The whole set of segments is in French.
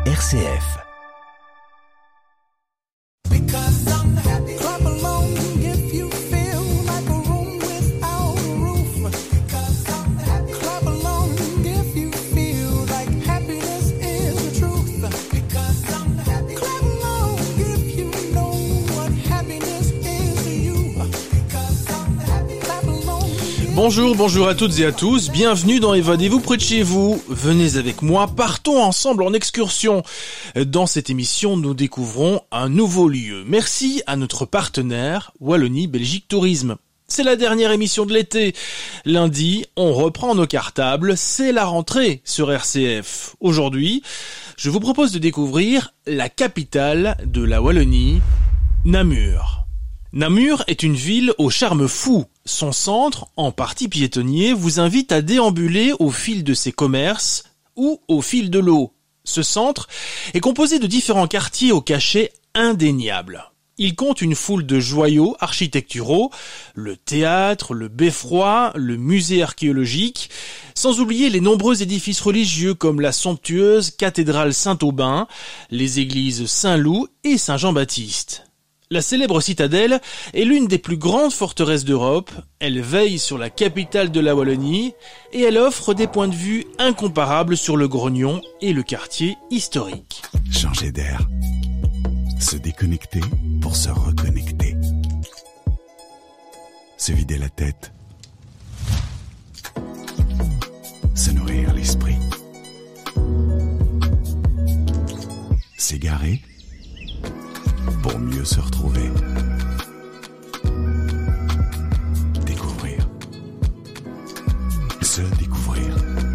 RCF. Bonjour à toutes et à tous, bienvenue dans Évadez-vous près de chez vous. Venez avec moi, partons ensemble en excursion. Dans cette émission, nous découvrons un nouveau lieu. Merci à notre partenaire Wallonie Belgique Tourisme. C'est la dernière émission de l'été. Lundi, on reprend nos cartables, c'est la rentrée sur RCF. Aujourd'hui, je vous propose de découvrir la capitale de la Wallonie, Namur. Namur est une ville au charme fou. Son centre, en partie piétonnier, vous invite à déambuler au fil de ses commerces ou au fil de l'eau. Ce centre est composé de différents quartiers au cachet indéniable. Il compte une foule de joyaux architecturaux, le théâtre, le beffroi, le musée archéologique, sans oublier les nombreux édifices religieux comme la somptueuse cathédrale Saint-Aubin, les églises Saint-Loup et Saint-Jean-Baptiste. La célèbre citadelle est l'une des plus grandes forteresses d'Europe, elle veille sur la capitale de la Wallonie et elle offre des points de vue incomparables sur le grognon et le quartier historique. Changer d'air, se déconnecter pour se reconnecter, se vider la tête, se nourrir l'esprit, s'égarer pour mieux se retrouver. Découvrir. Se découvrir.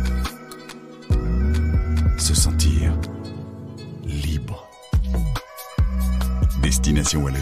Se sentir libre. Destination Wallonie.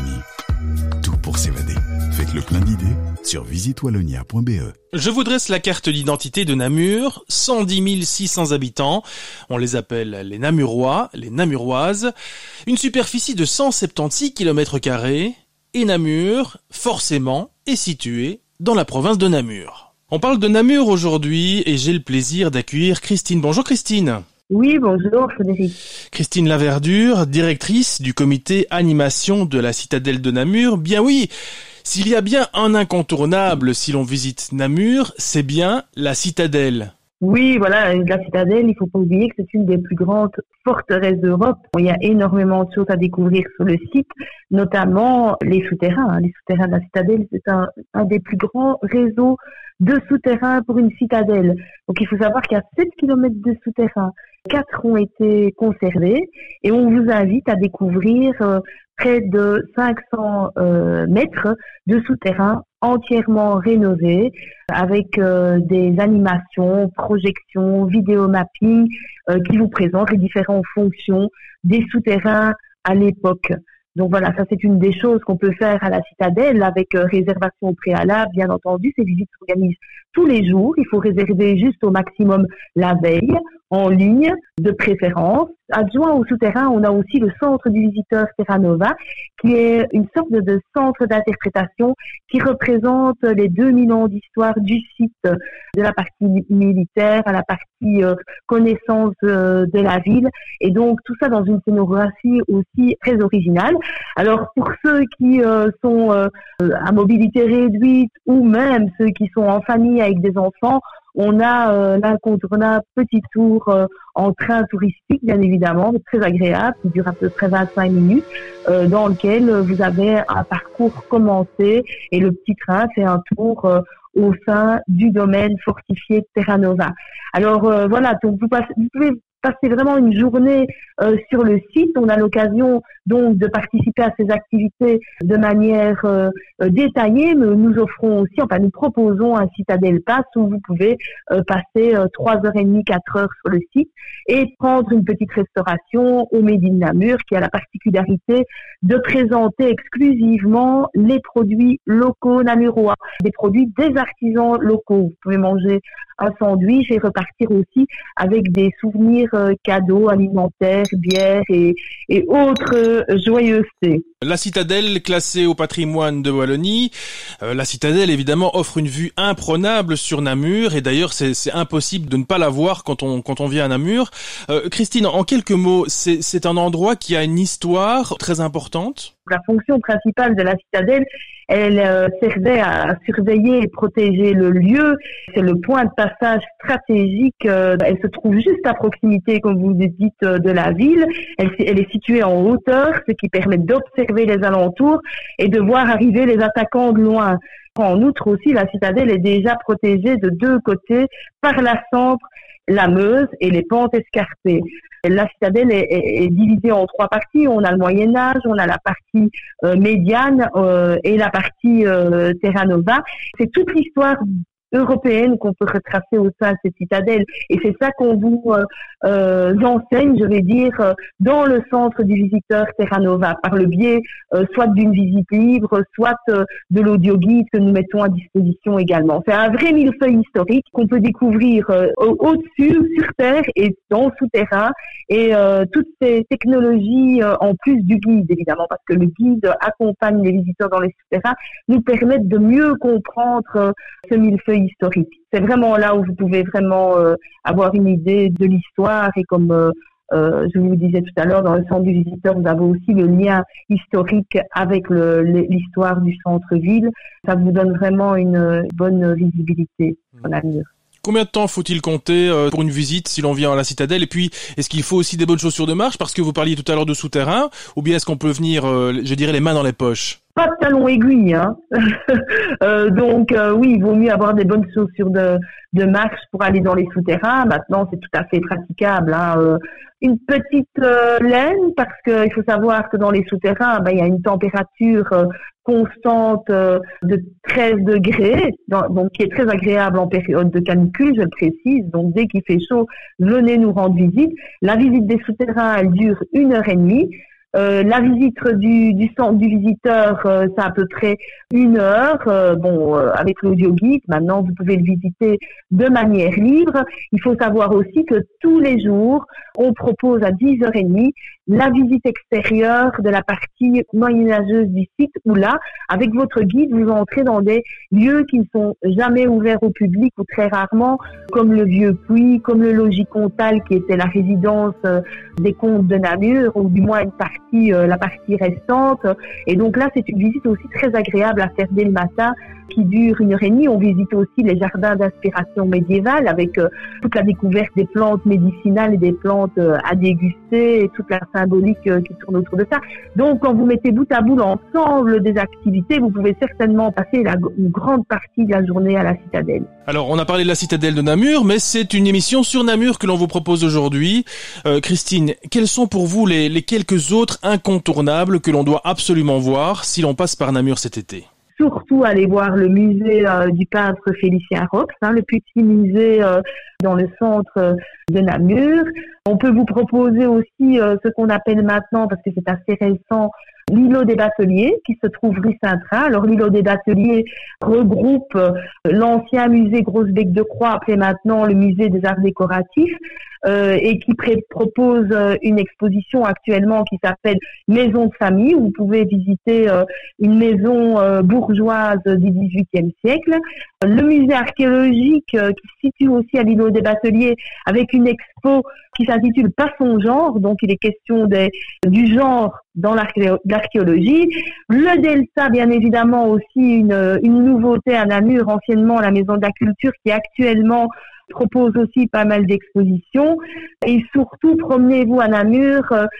Tout pour s'évader. Faites le plein d'idées sur visitewallonia.be. Je vous dresse la carte d'identité de Namur, 110 600 habitants, on les appelle les Namurois, les Namuroises, une superficie de 176 km², et Namur, forcément, est situé dans la province de Namur. On parle de Namur aujourd'hui et j'ai le plaisir d'accueillir Christine. Bonjour Christine. Oui, bonjour Frédéric. Christine Laverdure, directrice du comité animation de la citadelle de Namur. Bien oui, s'il y a bien un incontournable si l'on visite Namur, c'est bien la citadelle. Oui, voilà, la citadelle, il faut pas oublier que c'est une des plus grandes forteresses d'Europe. Il y a énormément de choses à découvrir sur le site, notamment les souterrains. Les souterrains de la citadelle, c'est un des plus grands réseaux de souterrains pour une citadelle. Donc il faut savoir qu'il y a 7 km de souterrains. 4 ont été conservés et on vous invite à découvrir près de 500 mètres de souterrains entièrement rénovés avec des animations, projections, vidéomapping qui vous présentent les différentes fonctions des souterrains à l'époque. Donc voilà, ça c'est une des choses qu'on peut faire à la citadelle avec réservation au préalable. Bien entendu, ces visites s'organisent tous les jours. Il faut réserver juste au maximum la veille, en ligne, de préférence. Adjoint au souterrain, on a aussi le centre du visiteur Terra Nova, qui est une sorte de centre d'interprétation qui représente les 2000 ans d'histoire du site, de la partie militaire à la partie connaissance de la ville. Et donc tout ça dans une scénographie aussi très originale. Alors pour ceux qui sont à mobilité réduite ou même ceux qui sont en famille avec des enfants, on a l'incontournable petit tour en train touristique, bien évidemment, très agréable, qui dure à peu près 25 minutes, dans lequel vous avez un parcours commencé et le petit train fait un tour au sein du domaine fortifié de Terra Nova. Alors voilà, donc vous pouvez passer vraiment une journée sur le site. On a l'occasion donc de participer à ces activités de manière détaillée, mais nous proposons un Citadel Pass où vous pouvez passer 3h30, 4h sur le site et prendre une petite restauration au Made in Namur qui a la particularité de présenter exclusivement les produits locaux namurois, des produits des artisans locaux. Vous pouvez manger un sandwich et repartir aussi avec des souvenirs cadeaux alimentaires, bières et autres joyeusetés. La citadelle, classée au patrimoine de Wallonie. La citadelle, évidemment, offre une vue imprenable sur Namur. Et d'ailleurs, c'est impossible de ne pas la voir quand on vient à Namur. Christine, en quelques mots, c'est un endroit qui a une histoire très importante. La fonction principale de la citadelle, elle servait à surveiller et protéger le lieu. C'est le point de passage stratégique. Elle se trouve juste à proximité, comme vous le dites, de la ville. Elle est située en hauteur, ce qui permet d'observer les alentours et de voir arriver les attaquants de loin. En outre aussi, la citadelle est déjà protégée de deux côtés par la Sambre, la Meuse et les pentes escarpées. La citadelle est divisée en trois parties. On a le Moyen-Âge, on a la partie médiane et la partie Terra Nova. C'est toute l'histoire européenne qu'on peut retracer au sein de cette citadelle. Et c'est ça qu'on vous enseigne, je vais dire, dans le centre du visiteur Terra Nova, par le biais soit d'une visite libre, soit de l'audioguide que nous mettons à disposition également. C'est un vrai millefeuille historique qu'on peut découvrir au-dessus, sur Terre et dans le souterrain. Et toutes ces technologies, en plus du guide, évidemment, parce que le guide accompagne les visiteurs dans les souterrains, nous permettent de mieux comprendre ce millefeuille historique. C'est vraiment là où vous pouvez vraiment avoir une idée de l'histoire et comme je vous le disais tout à l'heure, dans le centre du visiteur, vous avez aussi le lien historique avec l'histoire du centre-ville. Ça vous donne vraiment une bonne visibilité sur l'avenir. Combien de temps faut-il compter pour une visite si l'on vient à la citadelle? Et puis, est-ce qu'il faut aussi des bonnes chaussures de marche? Parce que vous parliez tout à l'heure de souterrain. Ou bien est-ce qu'on peut venir, je dirais, les mains dans les poches? Pas de talons aiguilles, hein. Donc oui, il vaut mieux avoir des bonnes chaussures de marche pour aller dans les souterrains. Maintenant, c'est tout à fait praticable, hein. Une petite laine, parce que il faut savoir que dans les souterrains, il y a une température constante de 13 degrés, donc qui est très agréable en période de canicule, je le précise. Donc dès qu'il fait chaud, venez nous rendre visite. La visite des souterrains, elle dure 1h30. La visite du centre du visiteur, c'est à peu près 1 heure. Avec l'audioguide, maintenant vous pouvez le visiter de manière libre. Il faut savoir aussi que tous les jours, on propose à 10h30 la visite extérieure de la partie moyenâgeuse du site, où là, avec votre guide, vous entrez dans des lieux qui ne sont jamais ouverts au public ou très rarement, comme le Vieux Puy, comme le Logis Comtal, qui était la résidence des comtes de Namur, ou du moins la partie restante. Et donc là, c'est une visite aussi très agréable à faire dès le matin, qui dure 1h30. On visite aussi les jardins d'inspiration médiévale avec toute la découverte des plantes médicinales et des plantes à déguster et toute la symbolique qui tourne autour de ça. Donc, quand vous mettez bout à bout l'ensemble des activités, vous pouvez certainement passer une grande partie de la journée à la citadelle. Alors, on a parlé de la citadelle de Namur, mais c'est une émission sur Namur que l'on vous propose aujourd'hui. Christine, quels sont pour vous les quelques autres incontournables que l'on doit absolument voir si l'on passe par Namur cet été? Surtout aller voir le musée du peintre Félicien Rox, le petit musée dans le centre de Namur. On peut vous proposer aussi ce qu'on appelle maintenant, parce que c'est assez récent, l'îlot des Bateliers, qui se trouve rue Saint-Train. Alors l'îlot des Bateliers regroupe l'ancien musée Grosse-Bec de Croix, appelé maintenant le musée des arts décoratifs, et qui propose une exposition actuellement qui s'appelle Maison de famille, où vous pouvez visiter une maison bourgeoise du XVIIIe siècle. Le musée archéologique qui se situe aussi à l'îlot des Bateliers, avec une expo qui s'intitule Pas son genre, donc il est question du genre dans l'archéologie. Le Delta, bien évidemment, aussi une nouveauté à Namur, anciennement la Maison de la Culture, qui actuellement propose aussi pas mal d'expositions. Et surtout, promenez-vous à Namur,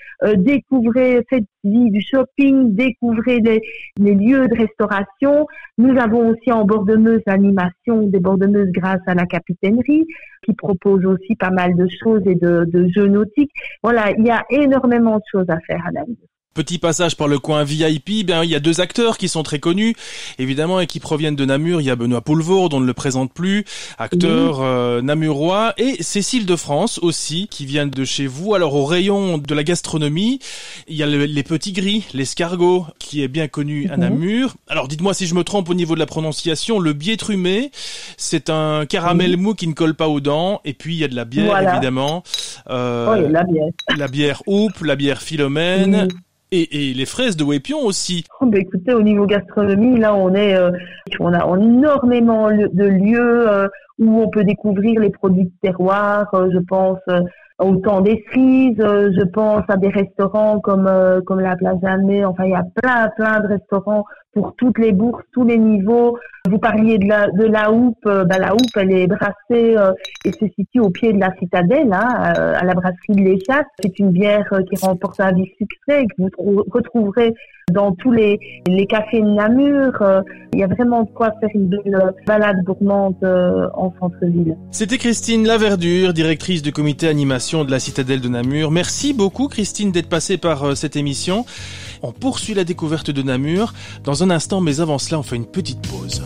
découvrez, faites du shopping, découvrez les lieux de restauration. Nous avons aussi en Bord-de-Meuse l'animation des Bord-de-Meuse grâce à la capitainerie, qui propose aussi pas mal de choses et de jeux nautiques. Voilà, il y a énormément de choses à faire à Namur. Petit passage par le coin VIP, il y a deux acteurs qui sont très connus, évidemment, et qui proviennent de Namur. Il y a Benoît Poulvord, on ne le présente plus, acteur namurois, et Cécile de France aussi, qui vient de chez vous. Alors, au rayon de la gastronomie, il y a les petits gris, l'escargot, qui est bien connu à Namur. Alors, dites-moi si je me trompe au niveau de la prononciation, le biétrumé, c'est un caramel mou qui ne colle pas aux dents, et puis il y a de la bière, évidemment. La bière. La bière Houppe, la bière Philomène. Et les fraises de Wépion aussi. Oh, bah, écoutez, au niveau gastronomie, là, on a énormément de lieux où on peut découvrir les produits de terroir. Je pense au temps des cerises, je pense à des restaurants comme la Place Jamais. Enfin, il y a plein de restaurants pour toutes les bourses, tous les niveaux. Vous parliez de la houppe. La houppe, elle est brassée et se situe au pied de la citadelle, à la brasserie de l'Échasse. C'est une bière qui remporte un vif succès et que vous retrouverez dans tous les cafés de Namur. Il y a vraiment de quoi faire une belle balade gourmande en centre-ville. C'était Christine Laverdure, directrice du comité animation de la citadelle de Namur. Merci beaucoup Christine d'être passée par cette émission. On poursuit la découverte de Namur dans un instant, mais avant cela, on fait une petite pause.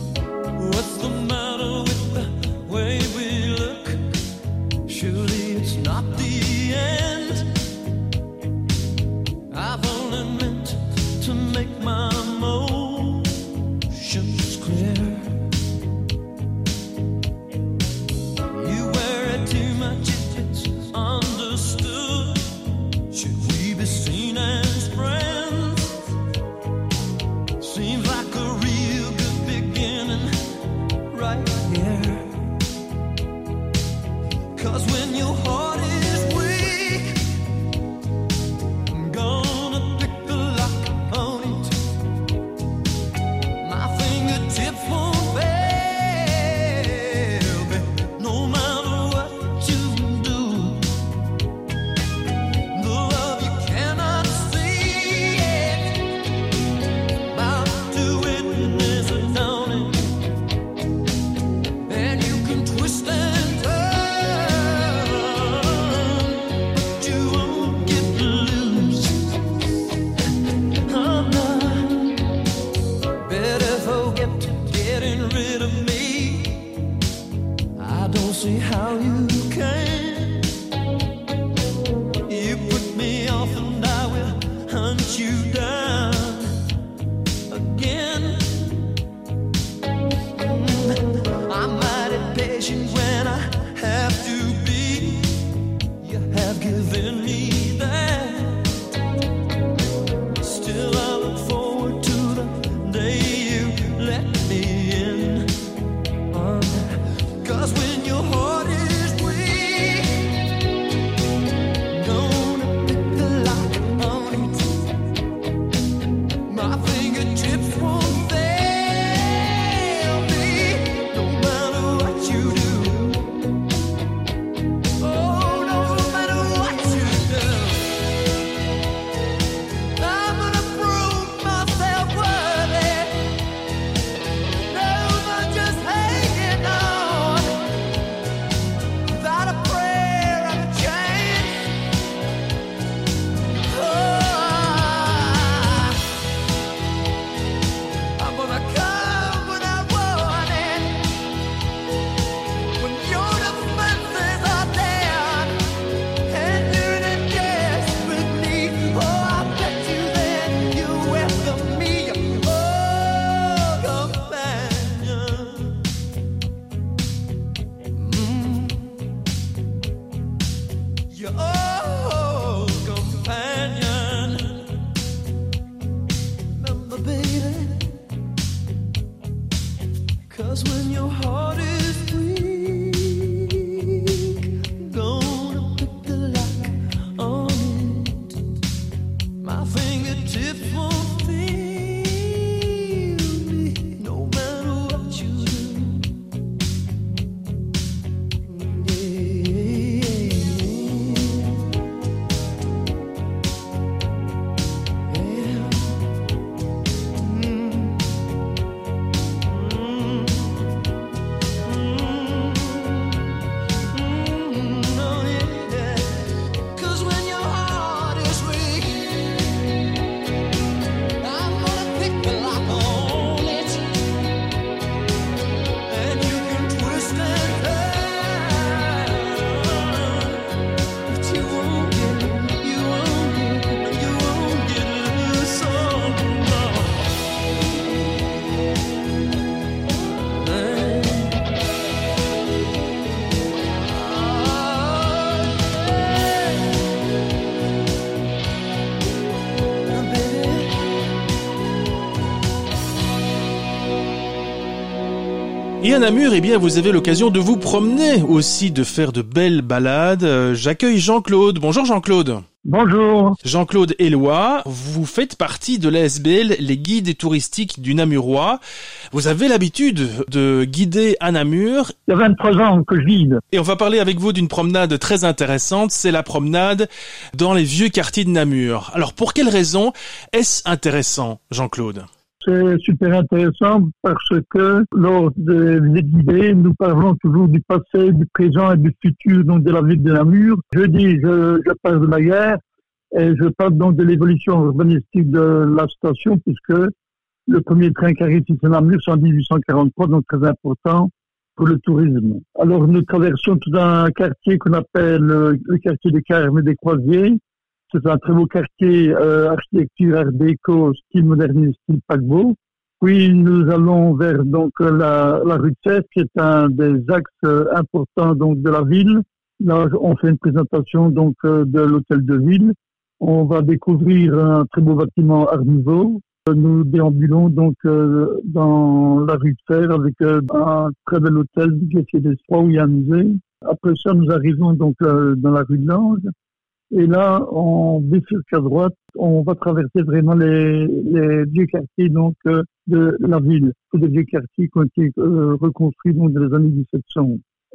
Et à Namur, eh bien, vous avez l'occasion de vous promener aussi, de faire de belles balades. J'accueille Jean-Claude. Bonjour Jean-Claude. Bonjour. Jean-Claude Éloi, vous faites partie de l'ASBL, les guides touristiques du Namurois. Vous avez l'habitude de guider à Namur. Il y a 23 ans que je guide. Et on va parler avec vous d'une promenade très intéressante, c'est la promenade dans les vieux quartiers de Namur. Alors pour quelle raison est-ce intéressant, Jean-Claude ? C'est super intéressant parce que lors des visites guidées, nous parlons toujours du passé, du présent et du futur donc de la ville de Namur. Je parle de la guerre et je parle donc de l'évolution urbanistique de la station puisque le premier train qui arrive ici à Namur c'est en 1843, donc très important pour le tourisme. Alors nous traversons tout un quartier qu'on appelle le quartier des Carmes et des Croisiers. C'est un très beau quartier, architecture art déco, style moderniste, style paquebot. Puis nous allons vers donc la rue de Sèvres, qui est un des axes importants donc de la ville. Là, on fait une présentation donc de l'hôtel de ville. On va découvrir un très beau bâtiment art nouveau. Nous déambulons donc dans la rue de Sèvres avec un très bel hôtel du quartier des Strois où il y a un musée. Après ça, nous arrivons donc dans la rue de l'Ange. Et là, on bifurque à droite, on va traverser vraiment les vieux quartiers donc de la ville. C'est des vieux quartiers qui ont été reconstruits donc dans les années 1700.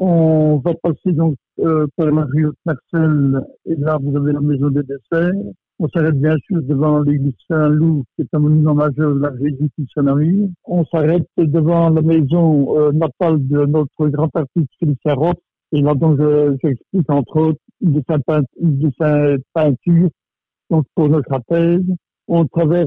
On va passer donc par la rue Haute-Marcel et là vous avez la maison des desserts. On s'arrête bien sûr devant l'église Saint-Loup, qui est un monument majeur de la Jésus qui Saint-Namur. On s'arrête devant la maison natale de notre grand artiste Félicien Roth. Et là donc j'explique entre autres une de sa peinture donc pour notre trapèze. On traverse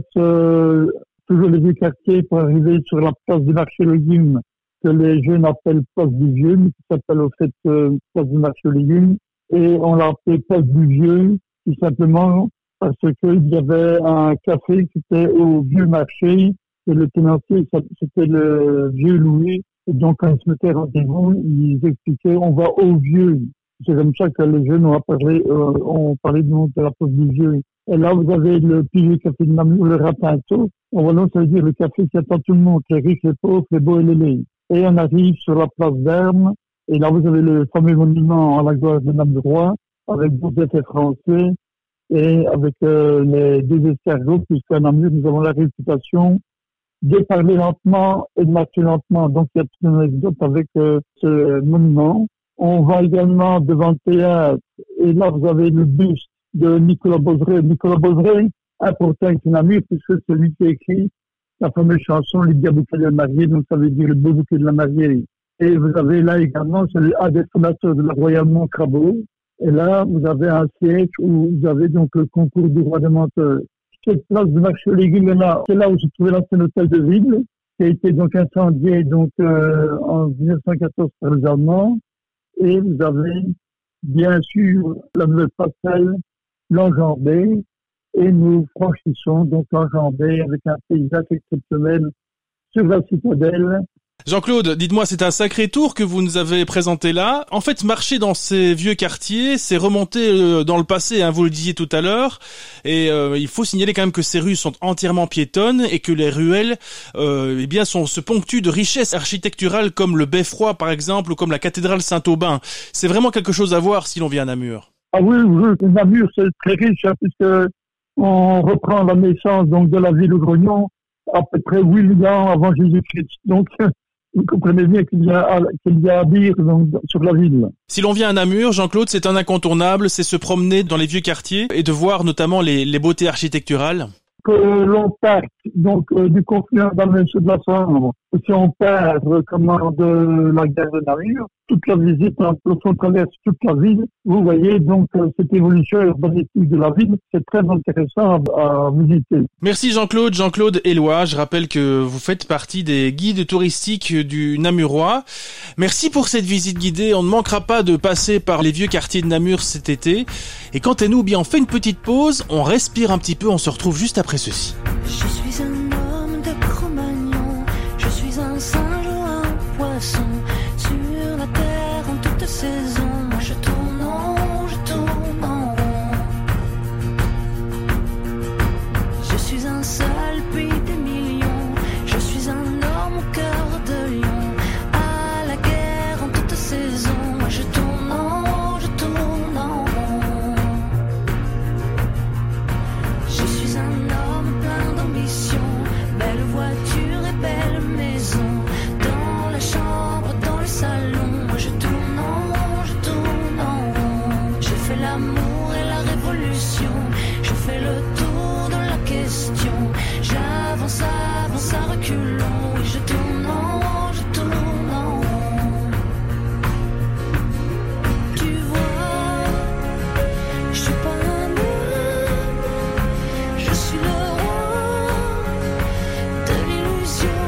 toujours les vieux quartiers pour arriver sur la place du marché aux légumes que les jeunes appellent place du Vieux, mais qui s'appelle au fait place du marché aux légumes. Et on l'a appelé place du Vieux tout simplement parce qu'il y avait un café qui était au Vieux Marché et le tenancier c'était le Vieux Louis. Et donc, quand ils se mettaient rendez-vous, ils expliquaient, on va au Vieux. C'est comme ça que les jeunes ont parlé de la place du Vieux. Et là, vous avez le plus vieux café de Namur, le Ratinto. Voilà, ça veut dire le café qui attend tout le monde, les riches, les pauvres, les beaux et les laids. Et on arrive sur la place d'Hermes. Et là, vous avez le fameux monument à la gloire de Namurois, avec des effets français et avec les deux escargots, puisqu'à Namur, nous avons la réputation de parler lentement et de marcher lentement. Donc, il y a toute une anecdote avec ce monument. On va également devant le théâtre et là, vous avez le buste de Nicolas Bozeret. Nicolas Bozeret, important avec Namur, puisque c'est lui qui a écrit la fameuse chanson « Lydia Bouquet de la mariée », donc ça veut dire le beau bouquet de la mariée. Et vous avez là également, c'est un des fondateurs de la Royale Mont-Crabeau. Et là, vous avez un siège où vous avez donc le concours du roi des menteurs. Cette place du marché aux légumes là, c'est là où se trouvait l'ancien hôtel de ville, qui a été donc incendié donc en 1914 par les Allemands. Et vous avez bien sûr la nouvelle passerelle, l'enjambée, et nous franchissons donc l'enjambée avec un paysage exceptionnel sur la citadelle. Jean-Claude, dites-moi, c'est un sacré tour que vous nous avez présenté là. En fait, marcher dans ces vieux quartiers, c'est remonter dans le passé, hein, vous le disiez tout à l'heure. Et il faut signaler quand même que ces rues sont entièrement piétonnes et que les ruelles eh bien, se ponctuent de richesses architecturales comme le Beffroi, par exemple, ou comme la cathédrale Saint-Aubin. C'est vraiment quelque chose à voir si l'on vient à Namur. Ah oui, Namur, c'est très riche, hein, puisque on reprend la naissance donc de la ville de Grognon à peu près 8 000 ans avant Jésus-Christ. Donc, vous comprenez bien qu'il y a à dire donc, sur la ville. Si l'on vient à Namur, Jean-Claude, c'est un incontournable, c'est se promener dans les vieux quartiers et de voir notamment les beautés architecturales. Que l'on parte donc du confluent d'Almenceau de la Sambre, si on part de la gare de Namur, toute la visite, lorsqu'on traverse toute la ville, vous voyez donc cette évolution urbanistique de la ville, c'est très intéressant à visiter. Merci Jean-Claude Éloi. Je rappelle que vous faites partie des guides touristiques du Namurois. Merci pour cette visite guidée. On ne manquera pas de passer par les vieux quartiers de Namur cet été. Et quant à nous, bien, on fait une petite pause, on respire un petit peu, on se retrouve juste après ceci. Je suis un homme de Cro-Magnon, je suis un singe ou un poisson, sur la terre en toute saison. Moi je tourne en rond. Je suis un seul puis des millions, je suis un homme au cœur de lion, révolution. Je fais le tour de la question. J'avance, avance à reculons. Et je tourne en rond, je tourne en rond. Tu vois, je suis pas un homme, je suis le roi de l'illusion.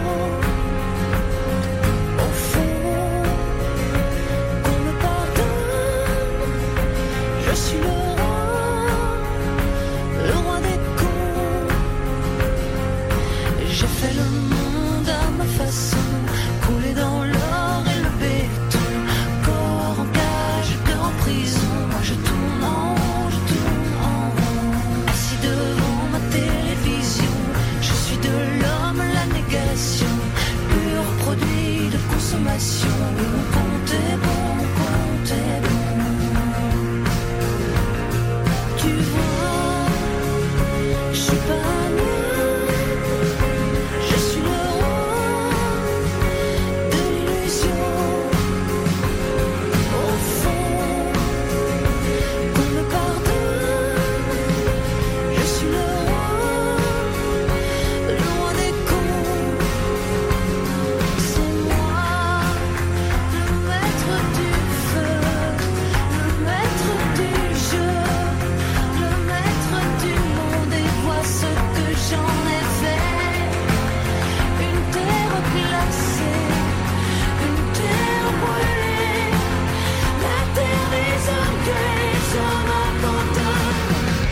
Au fond, qu'on me pardonne, je suis le roi des cons. J'ai fait le monde à ma façon, coulé dans l'or et le béton, corps en cage, cœur en prison. Moi je tourne en rond, je tourne en rond. Assis devant ma télévision, je suis de l'homme la négation, pur produit de consommation. Oui, mon compte est bon, mon compte est bon. Tu vois, je suis pas un homme, je suis le roi de l'illusion. Au fond, qu'on me pardonne, je suis le roi des cons. C'est moi, le maître du feu, le maître du jeu, le maître du monde. Et vois ce que j'en ai fait. Une terre glacée, une terre brûlée, la terre des hommes que les hommes abandonnent.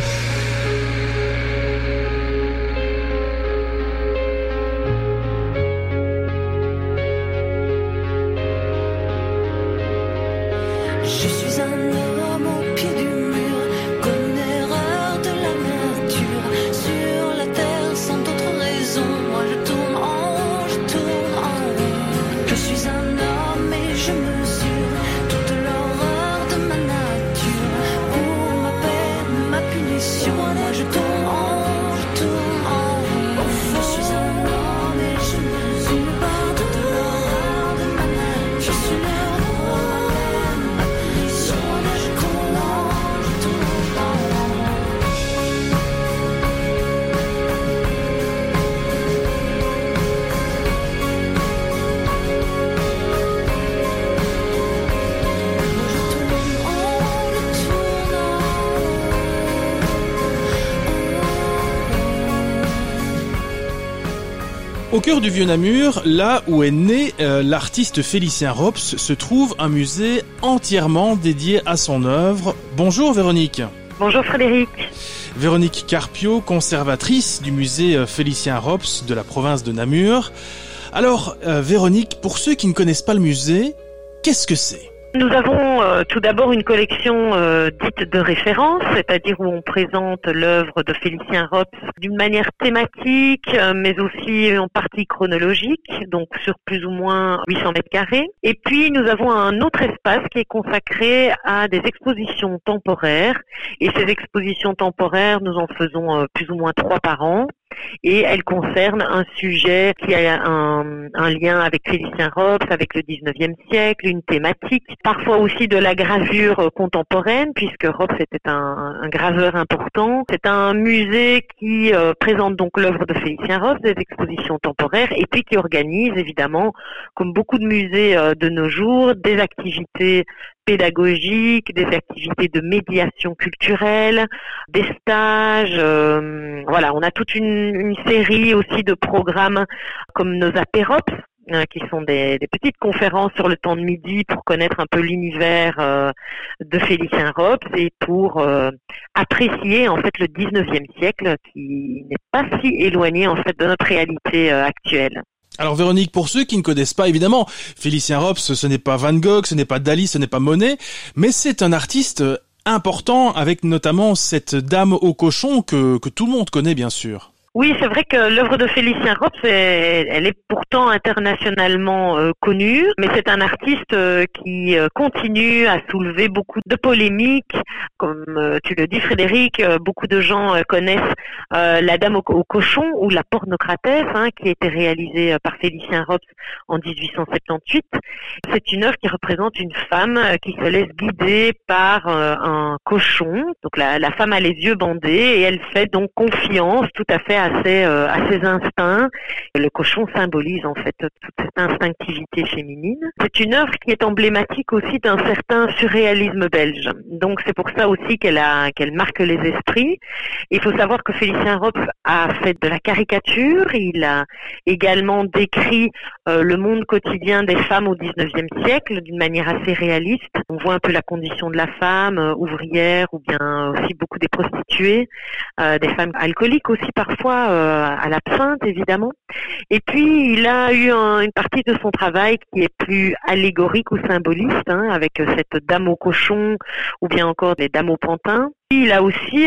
Je suis un homme au pied du mur, comme une erreur de la nature. Sur la terre sans d'autre raison, moi je tourne en rond, je tourne en rond. Je suis un homme et je mesure toute l'horreur de ma nature. Pour ma peine, ma punition, moi je tourne en rond, je tourne en rond. Au fond, je suis un homme et je mesure toute l'horreur de ma nature. Je suis le roi, ma punition, moi je tourne en rond, je tourne en rond. Au cœur du Vieux-Namur, là où est né l'artiste Félicien Rops, se trouve un musée entièrement dédié à son œuvre. Bonjour Véronique. Bonjour Frédéric. Véronique Carpio, conservatrice du musée Félicien Rops de la province de Namur. Alors Véronique, pour ceux qui ne connaissent pas le musée, qu'est-ce que c'est ? Nous avons tout d'abord une collection dite de référence, c'est-à-dire où on présente l'œuvre de Félicien Rops d'une manière thématique, mais aussi en partie chronologique, donc sur plus ou moins 800 mètres carrés. Et puis nous avons un autre espace qui est consacré à des expositions temporaires. Et ces expositions temporaires, nous en faisons plus ou moins 3 par an. Et elles concernent un sujet qui a un lien avec Félicien Rops, avec le 19e siècle, une thématique, parfois aussi de la gravure contemporaine, puisque Rops était un graveur important. C'est un musée qui présente donc l'œuvre de Félicien Rops, des expositions temporaires, et puis qui organise évidemment, comme beaucoup de musées de nos jours, des activités pédagogiques, des activités de médiation culturelle, des stages. Voilà, on a toute une série aussi de programmes comme nos apérops, qui sont des petites conférences sur le temps de midi pour connaître un peu l'univers de Félicien Rops et pour apprécier en fait le 19e siècle qui n'est pas si éloigné en fait de notre réalité actuelle. Alors Véronique, pour ceux qui ne connaissent pas, évidemment, Félicien Rops, ce n'est pas Van Gogh, ce n'est pas Dali, ce n'est pas Monet, mais c'est un artiste important avec notamment cette dame au cochon que tout le monde connaît bien sûr. Oui, c'est vrai que l'œuvre de Félicien Rops, elle est pourtant internationalement connue, mais c'est un artiste qui continue à soulever beaucoup de polémiques. Comme tu le dis, Frédéric, beaucoup de gens connaissent La Dame au cochon ou La Pornocratesse, qui a été réalisée par Félicien Rops en 1878. C'est une œuvre qui représente une femme qui se laisse guider par un cochon. Donc la femme a les yeux bandés et elle fait donc confiance tout à fait à ses instincts. Le cochon symbolise en fait toute cette instinctivité féminine. C'est une œuvre qui est emblématique aussi d'un certain surréalisme belge. Donc c'est pour ça aussi qu'elle marque les esprits. Il faut savoir que Félicien Rops a fait de la caricature. Il a également décrit le monde quotidien des femmes au XIXe siècle d'une manière assez réaliste. On voit un peu la condition de la femme, ouvrière ou bien aussi beaucoup des prostituées, des femmes alcooliques aussi parfois, à l'absinthe évidemment. Et puis il a eu une partie de son travail qui est plus allégorique ou symboliste, avec cette dame au cochon ou bien encore des dames au pantin. Il a aussi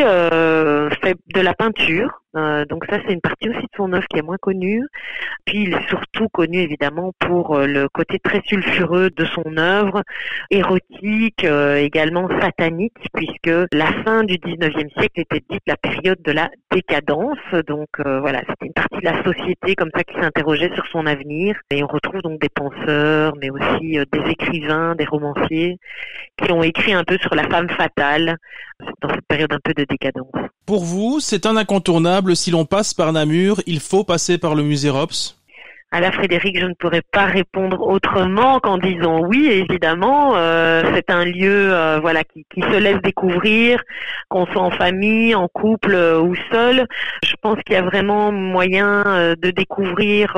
fait de la peinture. Donc ça, c'est une partie aussi de son œuvre qui est moins connue. Puis il est surtout connu évidemment pour le côté très sulfureux de son œuvre, érotique, également satanique, puisque la fin du 19e siècle était dite la période de la décadence. Donc voilà, c'était une partie de la société comme ça qui s'interrogeait sur son avenir. Et on retrouve donc des penseurs, mais aussi des écrivains, des romanciers, qui ont écrit un peu sur la femme fatale dans cette période un peu de décadence. Pour vous, c'est un incontournable. Si l'on passe par Namur, il faut passer par le musée Rops? À la Frédéric, je ne pourrais pas répondre autrement qu'en disant oui, évidemment. C'est un lieu qui se laisse découvrir, qu'on soit en famille, en couple ou seul. Je pense qu'il y a vraiment moyen de découvrir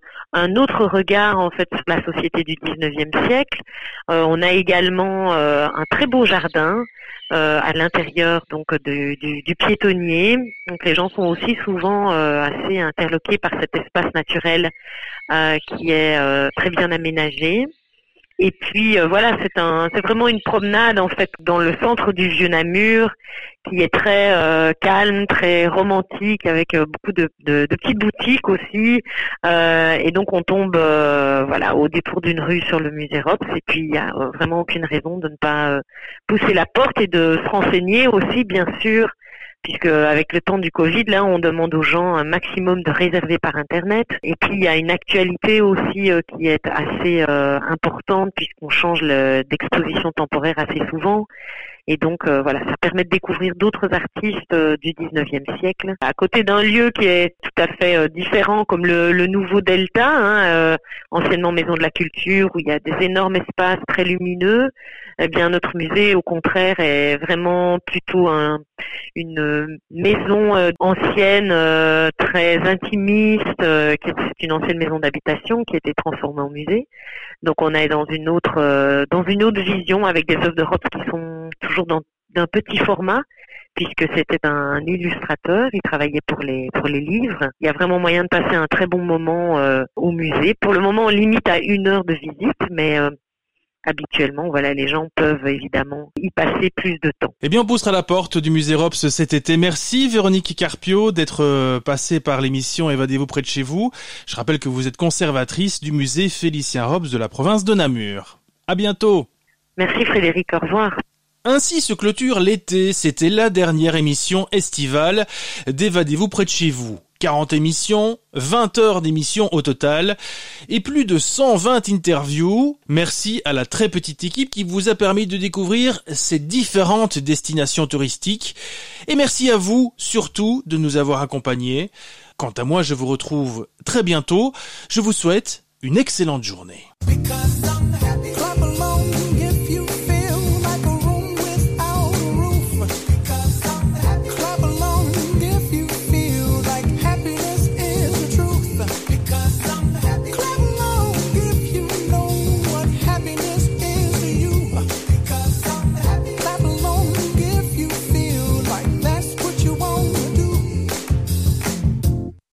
un autre regard en fait sur la société du 19e siècle. On a également un très beau jardin à l'intérieur donc du piétonnier. Donc les gens sont aussi souvent assez interloqués par cet espace naturel qui est très bien aménagé. Et puis c'est vraiment une promenade en fait dans le centre du Vieux Namur qui est très calme, très romantique, avec beaucoup de petites boutiques aussi. Et donc on tombe au détour d'une rue sur le musée Rops. Et puis il y a vraiment aucune raison de ne pas pousser la porte et de se renseigner aussi, bien sûr. Puisque avec le temps du Covid, là, on demande aux gens un maximum de réserver par Internet. Et puis, il y a une actualité aussi qui est assez importante puisqu'on change d'exposition temporaire assez souvent. Et donc, ça permet de découvrir d'autres artistes du 19e siècle. À côté d'un lieu qui est tout à fait différent, comme le nouveau Delta, anciennement Maison de la Culture, où il y a des énormes espaces très lumineux, eh bien, notre musée, au contraire, est vraiment plutôt une maison ancienne, très intimiste, c'est une ancienne maison d'habitation qui a été transformée en musée. Donc, on est dans une autre vision avec des œuvres de Rops qui sont toujours d'un petit format, puisque c'était un illustrateur, il travaillait pour les livres. Il y a vraiment moyen de passer un très bon moment au musée. Pour le moment, on limite à 1 heure de visite, mais habituellement, les gens peuvent évidemment y passer plus de temps. Eh bien, on poussera la porte du musée Rops cet été. Merci Véronique Carpio d'être passée par l'émission Évadez-vous près de chez vous. Je rappelle que vous êtes conservatrice du musée Félicien Rops de la province de Namur. À bientôt. Merci Frédéric, au revoir. Ainsi se clôture l'été. C'était la dernière émission estivale d'Évadez-vous près de chez vous. 40 émissions, 20 heures d'émissions au total et plus de 120 interviews. Merci à la très petite équipe qui vous a permis de découvrir ces différentes destinations touristiques. Et merci à vous, surtout, de nous avoir accompagnés. Quant à moi, je vous retrouve très bientôt. Je vous souhaite une excellente journée.